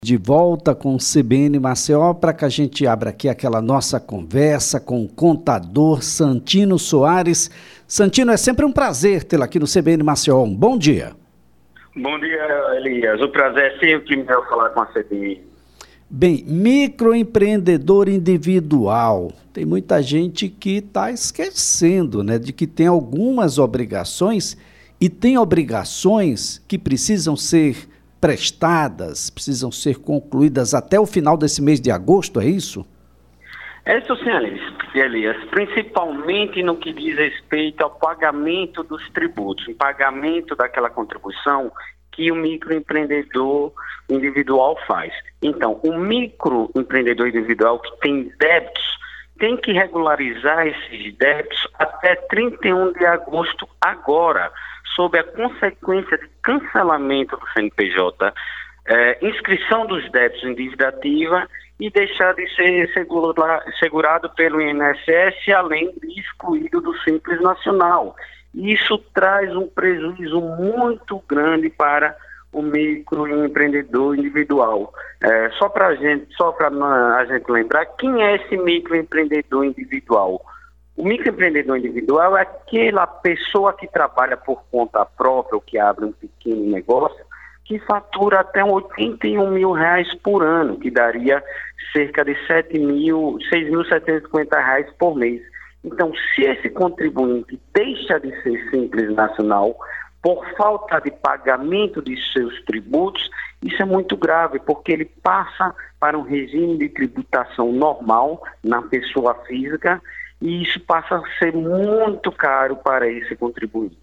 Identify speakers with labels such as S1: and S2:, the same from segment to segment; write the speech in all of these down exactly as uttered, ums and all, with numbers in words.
S1: De volta com o C B N Maceió para que a gente abra aqui aquela nossa conversa com o contador Santino Soares. Santino, é sempre um prazer tê-lo aqui no C B N Maceió. Um bom dia.
S2: Bom dia, Elias. O prazer é sempre meu falar com a C B N.
S1: Bem, microempreendedor individual. Tem muita gente que está esquecendo, né, de que tem algumas obrigações e tem obrigações que precisam ser prestadas, precisam ser concluídas até o final desse mês de agosto, é isso?
S2: É isso sim, Elias, principalmente no que diz respeito ao pagamento dos tributos, o pagamento daquela contribuição que o microempreendedor individual faz. Então, o microempreendedor individual que tem débitos, tem que regularizar esses débitos até trinta e um de agosto agora, sob a consequência de cancelamento do C N P J, é, inscrição dos débitos em dívida ativa e deixar de ser segura, segurado pelo I N S S, além de excluído do Simples Nacional. Isso traz um prejuízo muito grande para o microempreendedor individual. É, só para a gente, só para a gente lembrar, quem é esse microempreendedor individual? O microempreendedor individual é aquela pessoa que trabalha por conta própria ou que abre um pequeno negócio que fatura até oitenta e um mil reais por ano, que daria cerca de sete mil, seis mil setecentos e cinquenta reais por mês. Então, se esse contribuinte deixa de ser Simples Nacional por falta de pagamento de seus tributos, isso é muito grave, porque ele passa para um regime de tributação normal na pessoa física e isso passa a ser muito caro para esse contribuinte.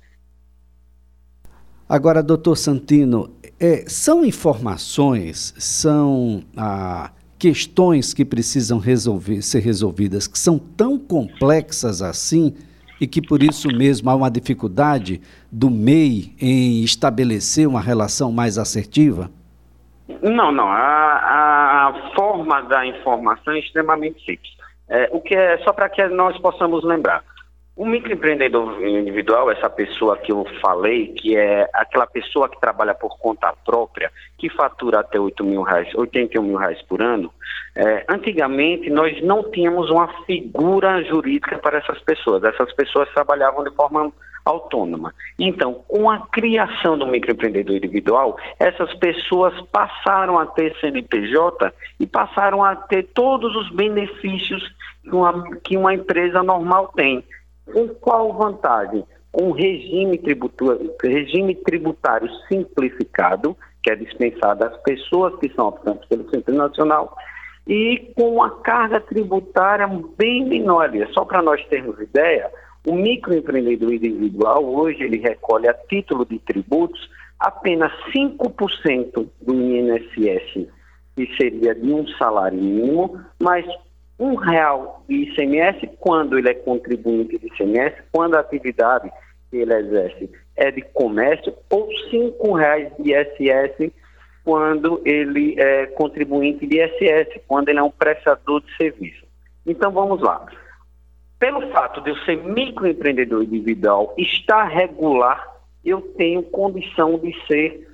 S1: Agora, doutor Santino, é, são informações, são ah, questões que precisam resolver, ser resolvidas, que são tão complexas assim e que por isso mesmo há uma dificuldade do M E I em estabelecer uma relação mais assertiva?
S2: Não, não. A, a forma da informação é extremamente simples. É, o que é, só para que nós possamos lembrar, o microempreendedor individual, essa pessoa que eu falei, que é aquela pessoa que trabalha por conta própria, que fatura até oito mil reais, oitenta e um mil reais por ano, é, antigamente nós não tínhamos uma figura jurídica para essas pessoas. Essas pessoas trabalhavam de forma autônoma. Então, com a criação do microempreendedor individual, essas pessoas passaram a ter C N P J e passaram a ter todos os benefícios que uma, que uma empresa normal tem. Com qual vantagem? Com regime tributário, regime tributário simplificado, que é dispensado às pessoas que são optantes pelo Simples Nacional, e com uma carga tributária bem menor. Só para nós termos ideia, o microempreendedor individual hoje ele recolhe a título de tributos apenas cinco por cento do I N S S, que seria de um salário mínimo, mas um real de I C M S quando ele é contribuinte de I C M S, quando a atividade que ele exerce é de comércio, ou cinco reais de I S S quando ele é contribuinte de I S S, quando ele é um prestador de serviço. Então vamos lá. Pelo fato de eu ser microempreendedor individual, estar regular, eu tenho condição de ser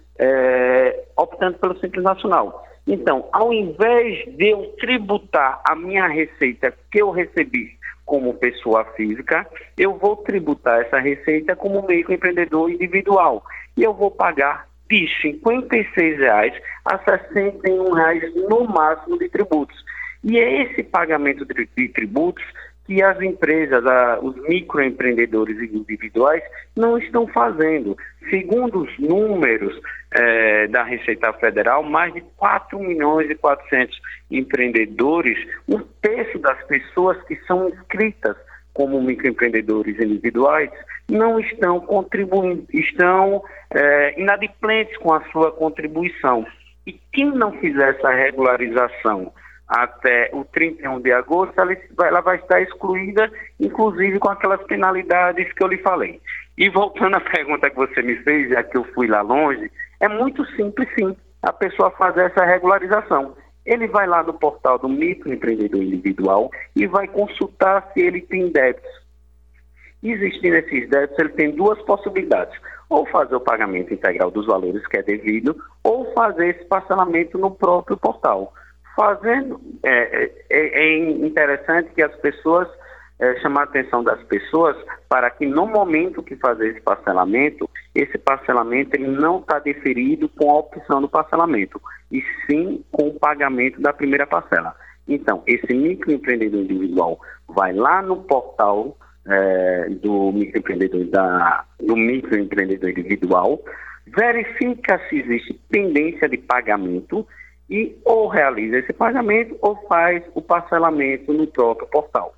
S2: é, optante pelo Simples Nacional. Então, ao invés de eu tributar a minha receita que eu recebi como pessoa física, eu vou tributar essa receita como microempreendedor individual. E eu vou pagar de cinquenta e seis reais a sessenta e um reais no máximo de tributos. E é esse pagamento de, de tributos que as empresas, a, os microempreendedores individuais não estão fazendo. Segundo os números eh, da Receita Federal, mais de quatro milhões e quatrocentos empreendedores, um terço das pessoas que são inscritas como microempreendedores individuais, não estão contribuindo, estão eh, inadimplentes com a sua contribuição. E quem não fizer essa regularização até o trinta e um de agosto, ela vai, ela vai estar excluída, inclusive com aquelas penalidades que eu lhe falei. E voltando à pergunta que você me fez, já que eu fui lá longe, é muito simples, sim, a pessoa fazer essa regularização. Ele vai lá no portal do microempreendedor individual e vai consultar se ele tem débitos. Existindo esses débitos, ele tem duas possibilidades. ou fazer o pagamento integral dos valores que é devido, ou fazer esse parcelamento no próprio portal. Fazendo, é, é, é interessante que as pessoas, é, chamar a atenção das pessoas para que no momento que fazer esse parcelamento, esse parcelamento ele não está deferido com a opção do parcelamento, e sim com o pagamento da primeira parcela. Então, esse microempreendedor individual vai lá no portal é, do microempreendedor, da, do microempreendedor individual, verifica se existe pendência de pagamento e ou realiza esse pagamento ou faz o parcelamento no próprio portal.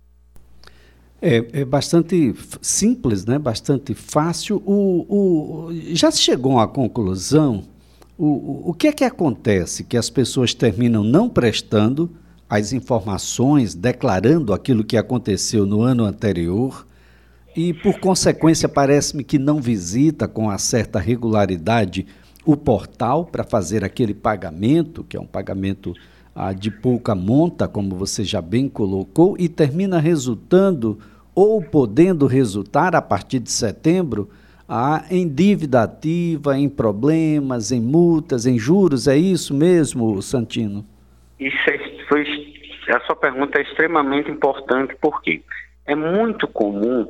S1: É, é bastante simples, né? Bastante fácil. O, o, já se chegou à conclusão, o, o, o que é que acontece? Que as pessoas terminam não prestando as informações, declarando aquilo que aconteceu no ano anterior e, por consequência, parece-me que não visita com uma certa regularidade o portal para fazer aquele pagamento, que é um pagamento ah, de pouca monta, como você já bem colocou, e termina resultando ou podendo resultar a partir de setembro ah, em dívida ativa, em problemas, em multas, em juros. É isso mesmo, Santino?
S2: Isso é, foi, a sua pergunta é extremamente importante, porque é muito comum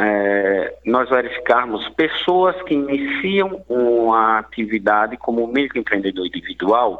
S2: é, nós verificarmos pessoas que iniciam uma atividade como microempreendedor individual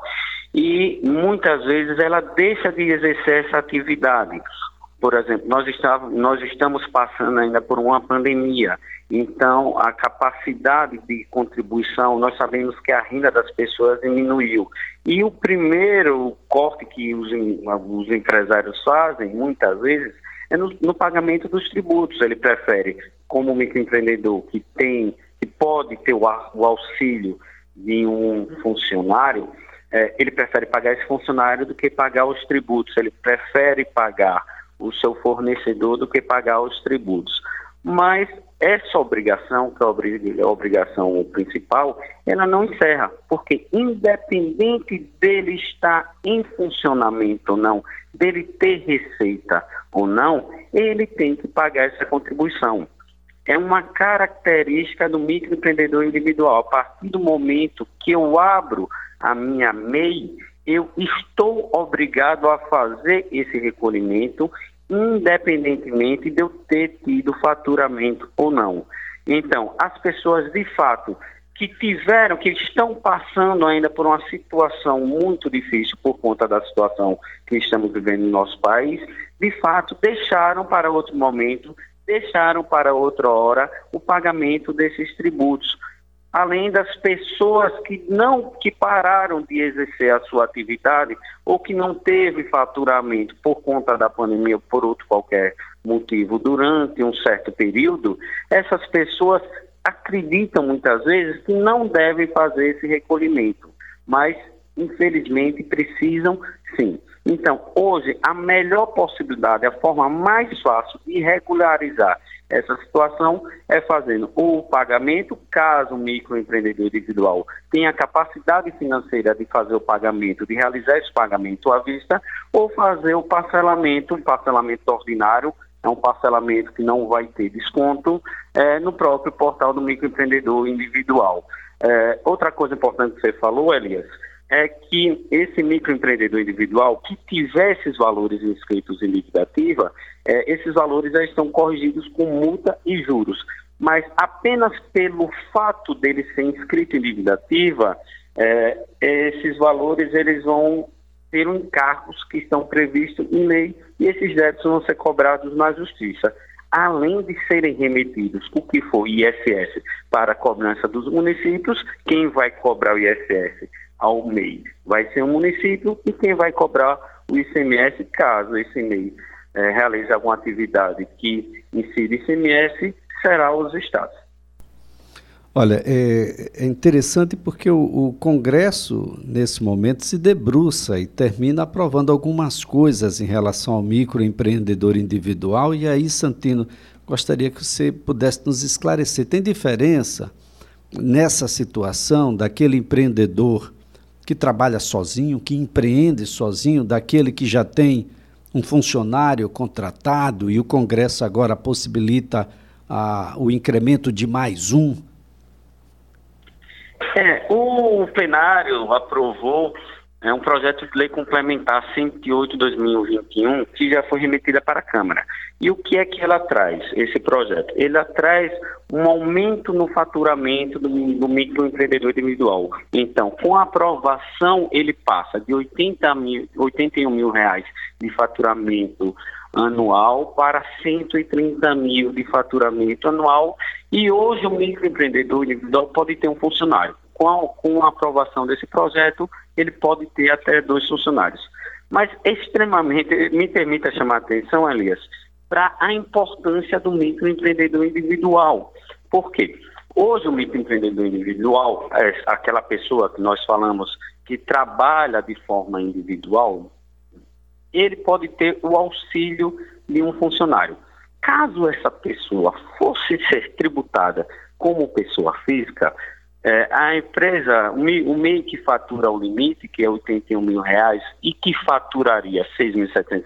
S2: e muitas vezes ela deixa de exercer essa atividade. Por exemplo, nós, estávamos, nós estamos passando ainda por uma pandemia, então a capacidade de contribuição, nós sabemos que a renda das pessoas diminuiu. E o primeiro corte que os, os empresários fazem, muitas vezes, é no, no pagamento dos tributos. Ele prefere, como microempreendedor que tem, que pode ter o, o auxílio de um funcionário, é, ele prefere pagar esse funcionário do que pagar os tributos. Ele prefere pagar o seu fornecedor do que pagar os tributos. Mas essa obrigação, que é a obrigação principal, ela não encerra, porque independente dele estar em funcionamento ou não, dele ter receita ou não, ele tem que pagar essa contribuição. É uma característica do microempreendedor individual. A partir do momento que eu abro a minha M E I, eu estou obrigado a fazer esse recolhimento, independentemente de eu ter tido faturamento ou não. Então, as pessoas, de fato, que tiveram, que estão passando ainda por uma situação muito difícil por conta da situação que estamos vivendo no nosso país, de fato, deixaram para outro momento, deixaram para outra hora o pagamento desses tributos. Além das pessoas que não, que pararam de exercer a sua atividade ou que não teve faturamento por conta da pandemia ou por outro qualquer motivo durante um certo período, essas pessoas acreditam muitas vezes que não devem fazer esse recolhimento, mas infelizmente precisam sim. Então, hoje, a melhor possibilidade, a forma mais fácil de regularizar essa situação é fazendo o pagamento, caso o microempreendedor individual tenha capacidade financeira de fazer o pagamento, de realizar esse pagamento à vista, ou fazer o parcelamento, um parcelamento ordinário, é um parcelamento que não vai ter desconto, é, no próprio portal do microempreendedor individual. É, outra coisa importante que você falou, Elias, é que esse microempreendedor individual que tiver esses valores inscritos em dívida ativa, é, esses valores já estão corrigidos com multa e juros. Mas apenas pelo fato dele ser inscrito em dívida ativa, é, esses valores eles vão ter encargos que estão previstos em lei e esses débitos vão ser cobrados na justiça. Além de serem remetidos o que for I S S para a cobrança dos municípios, quem vai cobrar o I S S ao M E I vai ser o município e quem vai cobrar o I C M S, caso esse M E I eh, realize alguma atividade que incida I C M S, será os estados.
S1: Olha, é, é interessante porque o, o Congresso, nesse momento, se debruça e termina aprovando algumas coisas em relação ao microempreendedor individual. E aí, Santino, gostaria que você pudesse nos esclarecer. Tem diferença nessa situação daquele empreendedor que trabalha sozinho, que empreende sozinho, daquele que já tem um funcionário contratado e o Congresso agora possibilita ah, o incremento de mais um
S2: É, o plenário aprovou é, um projeto de lei complementar cento e oito de dois mil e vinte e um, que já foi remetida para a Câmara. E o que é que ela traz, esse projeto? Ele traz um aumento no faturamento do, do microempreendedor individual. Então, com a aprovação, ele passa de oitenta mil, oitenta e um mil reais de faturamento anual para cento e trinta mil de faturamento anual, e hoje o microempreendedor individual pode ter um funcionário. Com a, com a aprovação desse projeto, ele pode ter até dois funcionários. Mas extremamente, me permita chamar a atenção, Elias, para a importância do microempreendedor individual. Por quê? Hoje o microempreendedor individual, é aquela pessoa que nós falamos que trabalha de forma individual, ele pode ter o auxílio de um funcionário. Caso essa pessoa fosse ser tributada como pessoa física, é, a empresa, o M E I que fatura o limite, que é oitenta e um mil reais, e que faturaria seis mil setecentos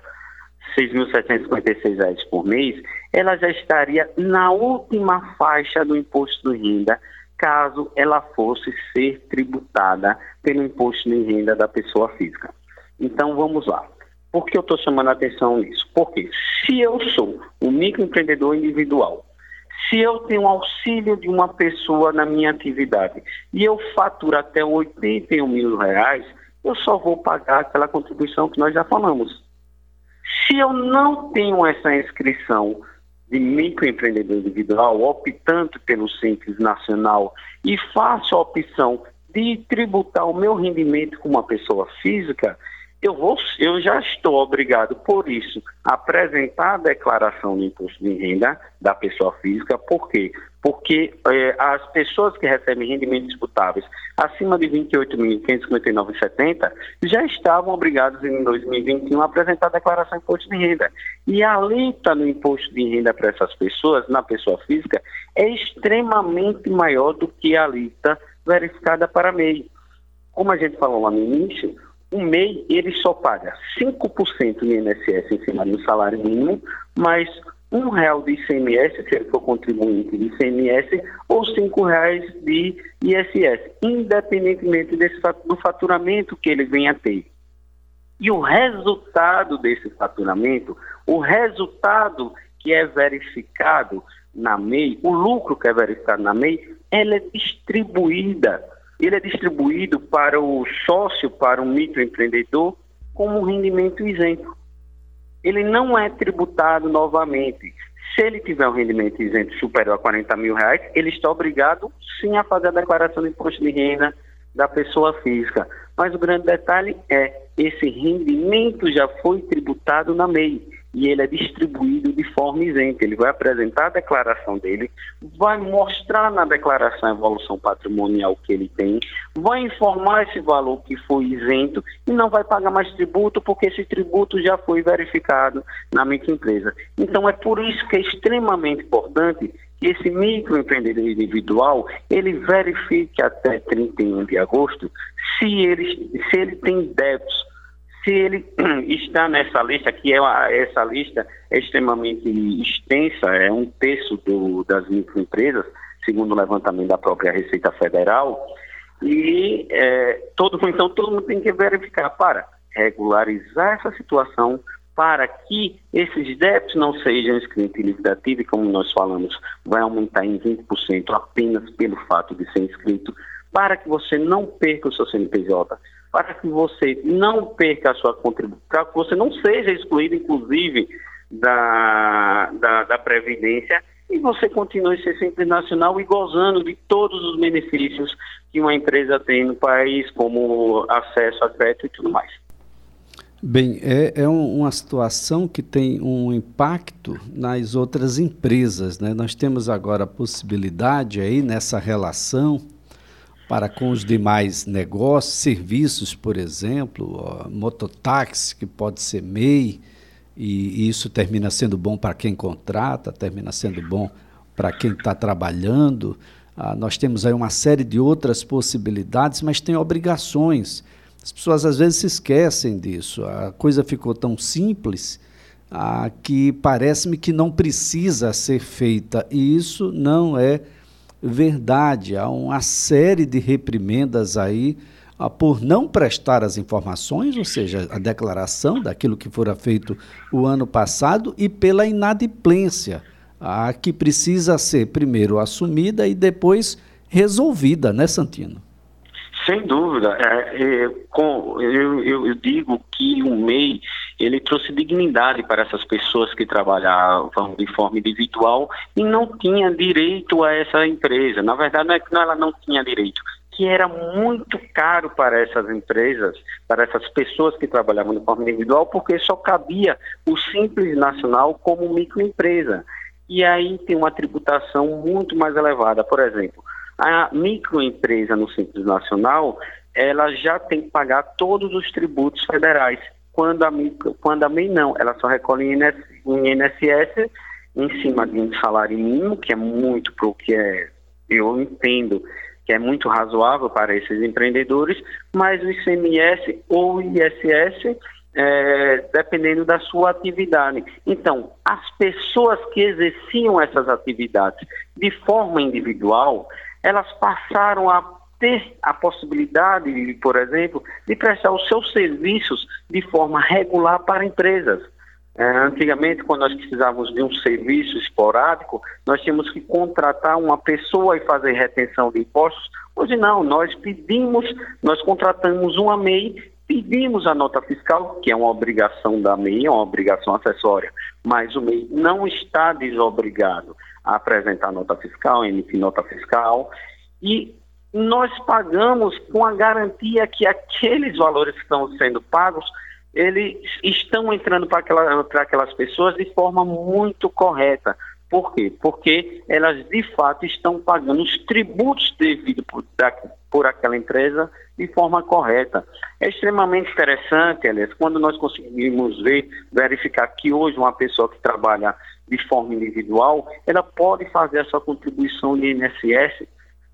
S2: e cinquenta e seis reais por mês, ela já estaria na última faixa do imposto de renda, caso ela fosse ser tributada pelo imposto de renda da pessoa física. Então, vamos lá. Por que eu estou chamando a atenção nisso? Porque se eu sou um microempreendedor individual, se eu tenho auxílio de uma pessoa na minha atividade e eu faturo até oitenta e um mil reais, eu só vou pagar aquela contribuição que nós já falamos. Se eu não tenho essa inscrição de microempreendedor individual, optando pelo Simples Nacional, e faço a opção de tributar o meu rendimento como uma pessoa física, eu, vou, eu já estou obrigado, por isso, a apresentar a declaração de imposto de renda da pessoa física. Por quê? Porque eh, as pessoas que recebem rendimentos disputáveis acima de vinte e oito mil quinhentos e cinquenta e nove reais e setenta centavos já estavam obrigados em dois mil e vinte e um a apresentar a declaração de imposto de renda. E a alíquota no imposto de renda para essas pessoas, na pessoa física, é extremamente maior do que a alíquota verificada para M E I. Como a gente falou lá no início, o M E I ele só paga cinco por cento de I N S S em cima do salário mínimo, mais um real de I C M S, se ele for contribuinte de I C M S, ou cinco reais de I S S, independentemente desse, do faturamento que ele venha a ter. E o resultado desse faturamento, o resultado que é verificado na M E I, o lucro que é verificado na M E I, ela é distribuída, ele é distribuído para o sócio, para o microempreendedor, como um rendimento isento. Ele não é tributado novamente. Se ele tiver um rendimento isento superior a quarenta mil reais, ele está obrigado sim a fazer a declaração de imposto de renda da pessoa física. Mas o grande detalhe é, esse rendimento já foi tributado na M E I e ele é distribuído de forma isenta. Ele vai apresentar a declaração dele, vai mostrar na declaração a evolução patrimonial que ele tem, vai informar esse valor que foi isento e não vai pagar mais tributo, porque esse tributo já foi verificado na microempresa. Então é por isso que é extremamente importante que esse microempreendedor individual, ele verifique até trinta e um de agosto se ele, se ele tem débitos. Se ele está nessa lista, que é uma, essa lista é extremamente extensa, é um terço do, das microempresas, segundo o levantamento da própria Receita Federal, e é, todo, então todo mundo tem que verificar para regularizar essa situação, para que esses débitos não sejam inscritos em dívida ativa, e como nós falamos, vai aumentar em vinte por cento apenas pelo fato de ser inscrito, para que você não perca o seu C N P J, para que você não perca a sua contribuição, para que você não seja excluído, inclusive, da, da, da Previdência, e você continue a ser Simples Nacional e gozando de todos os benefícios que uma empresa tem no país, como acesso a crédito e tudo mais.
S1: Bem, é, é um, uma situação que tem um impacto nas outras empresas, né? Nós temos agora a possibilidade aí nessa relação para com os demais negócios, serviços, por exemplo, ó, mototáxi, que pode ser M E I, e, e isso termina sendo bom para quem contrata, termina sendo bom para quem está trabalhando. Ah, nós temos aí uma série de outras possibilidades, mas tem obrigações. As pessoas às vezes se esquecem disso. A coisa ficou tão simples ah, que parece-me que não precisa ser feita, e isso não é verdade, há uma série de reprimendas aí ah, por não prestar as informações, ou seja, a declaração daquilo que fora feito o ano passado, e pela inadimplência, ah, que precisa ser primeiro assumida e depois resolvida, né, Santino?
S2: Sem dúvida. É, é, com, eu, eu, eu digo que o M E I, ele trouxe dignidade para essas pessoas que trabalhavam de forma individual e não tinham direito a essa empresa. Na verdade, não é que ela não tinha direito, que era muito caro para essas empresas, para essas pessoas que trabalhavam de forma individual, porque só cabia o Simples Nacional como microempresa. E aí tem uma tributação muito mais elevada. Por exemplo, a microempresa no Simples Nacional, ela já tem que pagar todos os tributos federais. Quando a, micro, quando a M E I não, ela só recolhe em I N S S em cima de um salário mínimo, que é muito para o que é, eu entendo, que é muito razoável para esses empreendedores, mas o I C M S ou o I S S, é, dependendo da sua atividade. Então, as pessoas que exerciam essas atividades de forma individual, elas passaram a ter a possibilidade, por exemplo, de prestar os seus serviços de forma regular para empresas. É, antigamente, quando nós precisávamos de um serviço esporádico, nós tínhamos que contratar uma pessoa e fazer retenção de impostos. Hoje não, nós pedimos, nós contratamos uma M E I, pedimos a nota fiscal, que é uma obrigação da M E I, é uma obrigação acessória, mas o M E I não está desobrigado a apresentar nota fiscal, emitir nota fiscal, e nós pagamos com a garantia que aqueles valores que estão sendo pagos, eles estão entrando para, aquela, para aquelas pessoas de forma muito correta. Por quê? Porque elas, de fato, estão pagando os tributos devidos por, por aquela empresa de forma correta. É extremamente interessante, aliás, quando nós conseguimos ver, verificar que hoje uma pessoa que trabalha de forma individual, ela pode fazer a sua contribuição de I N S S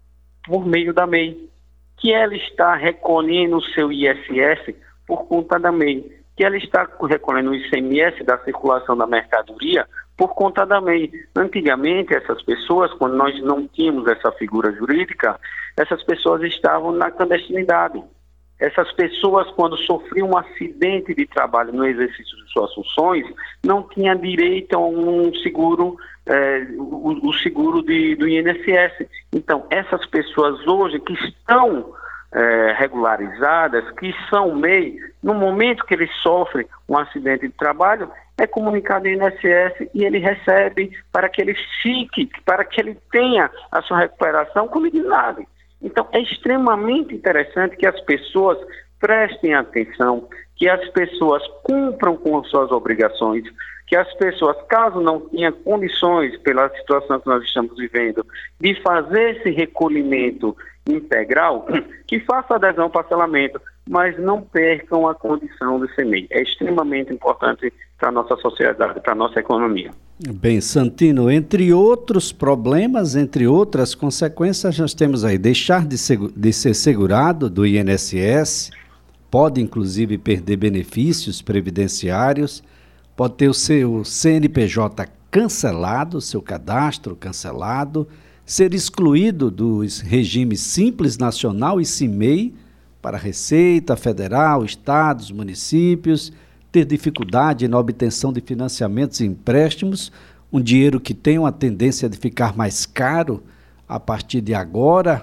S2: por meio da M E I, que ela está recolhendo o seu I S S por conta da M E I, que ela está recolhendo o I C M S da circulação da mercadoria por conta da M E I. Antigamente, essas pessoas, quando nós não tínhamos essa figura jurídica, essas pessoas estavam na clandestinidade. Essas pessoas, quando sofriam um acidente de trabalho no exercício de suas funções, não tinham direito a um seguro, eh, o, o seguro de, do I N S S. Então, essas pessoas hoje que estão eh, regularizadas, que são M E I, no momento que ele sofre um acidente de trabalho, é comunicado ao I N S S e ele recebe para que ele fique, para que ele tenha a sua recuperação com dignidade. Então, é extremamente interessante que as pessoas prestem atenção, que as pessoas cumpram com suas obrigações, que as pessoas, caso não tenham condições, pela situação que nós estamos vivendo, de fazer esse recolhimento integral, que faça adesão ao parcelamento, mas não percam a condição do C M E I. É extremamente importante para a nossa sociedade, para a nossa economia.
S1: Bem, Santino, entre outros problemas, entre outras consequências, nós temos aí deixar de, segu- de ser segurado do I N S S, pode inclusive perder benefícios previdenciários, pode ter o seu C N P J cancelado, seu cadastro cancelado, ser excluído dos regimes Simples Nacional e C M E I para Receita Federal, estados, municípios, ter dificuldade na obtenção de financiamentos e empréstimos, um dinheiro que tem uma tendência de ficar mais caro a partir de agora.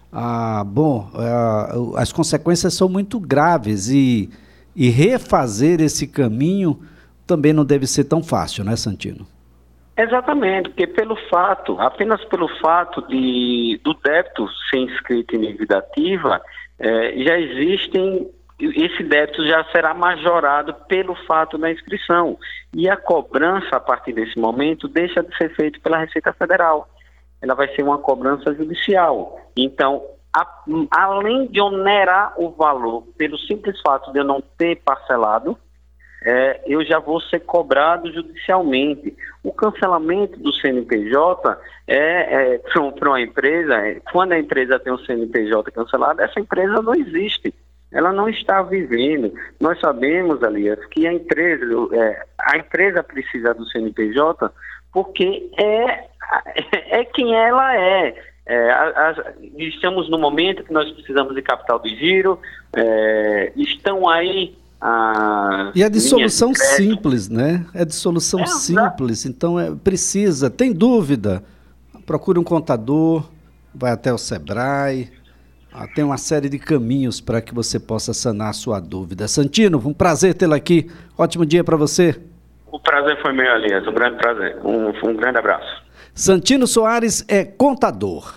S1: Ah, bom, ah, as consequências são muito graves e, e refazer esse caminho também não deve ser tão fácil, né, Santino?
S2: Exatamente, porque pelo fato, apenas pelo fato de, do débito ser inscrito em dívida ativa, eh, já existem, esse débito já será majorado pelo fato da inscrição. E a cobrança, a partir desse momento, deixa de ser feita pela Receita Federal. Ela vai ser uma cobrança judicial. Então, a, além de onerar o valor pelo simples fato de eu não ter parcelado, É, eu já vou ser cobrado judicialmente. O cancelamento do C N P J é, é para uma empresa, é, quando a empresa tem um C N P J cancelado, essa empresa não existe, ela não está vivendo. Nós sabemos, Elias, que a empresa, é, a empresa precisa do C N P J porque é, é quem ela é. É, a, a, estamos no momento que nós precisamos de capital de giro, é, estão aí a...
S1: E é de solução de simples, né? É de solução é, simples, então é, precisa, tem dúvida, procure um contador, vai até o Sebrae, ah, tem uma série de caminhos para que você possa sanar a sua dúvida. Santino, um prazer tê-lo aqui, ótimo dia para você.
S2: O prazer foi meu, Elias, um grande prazer, um, um grande abraço.
S1: Santino Soares é contador.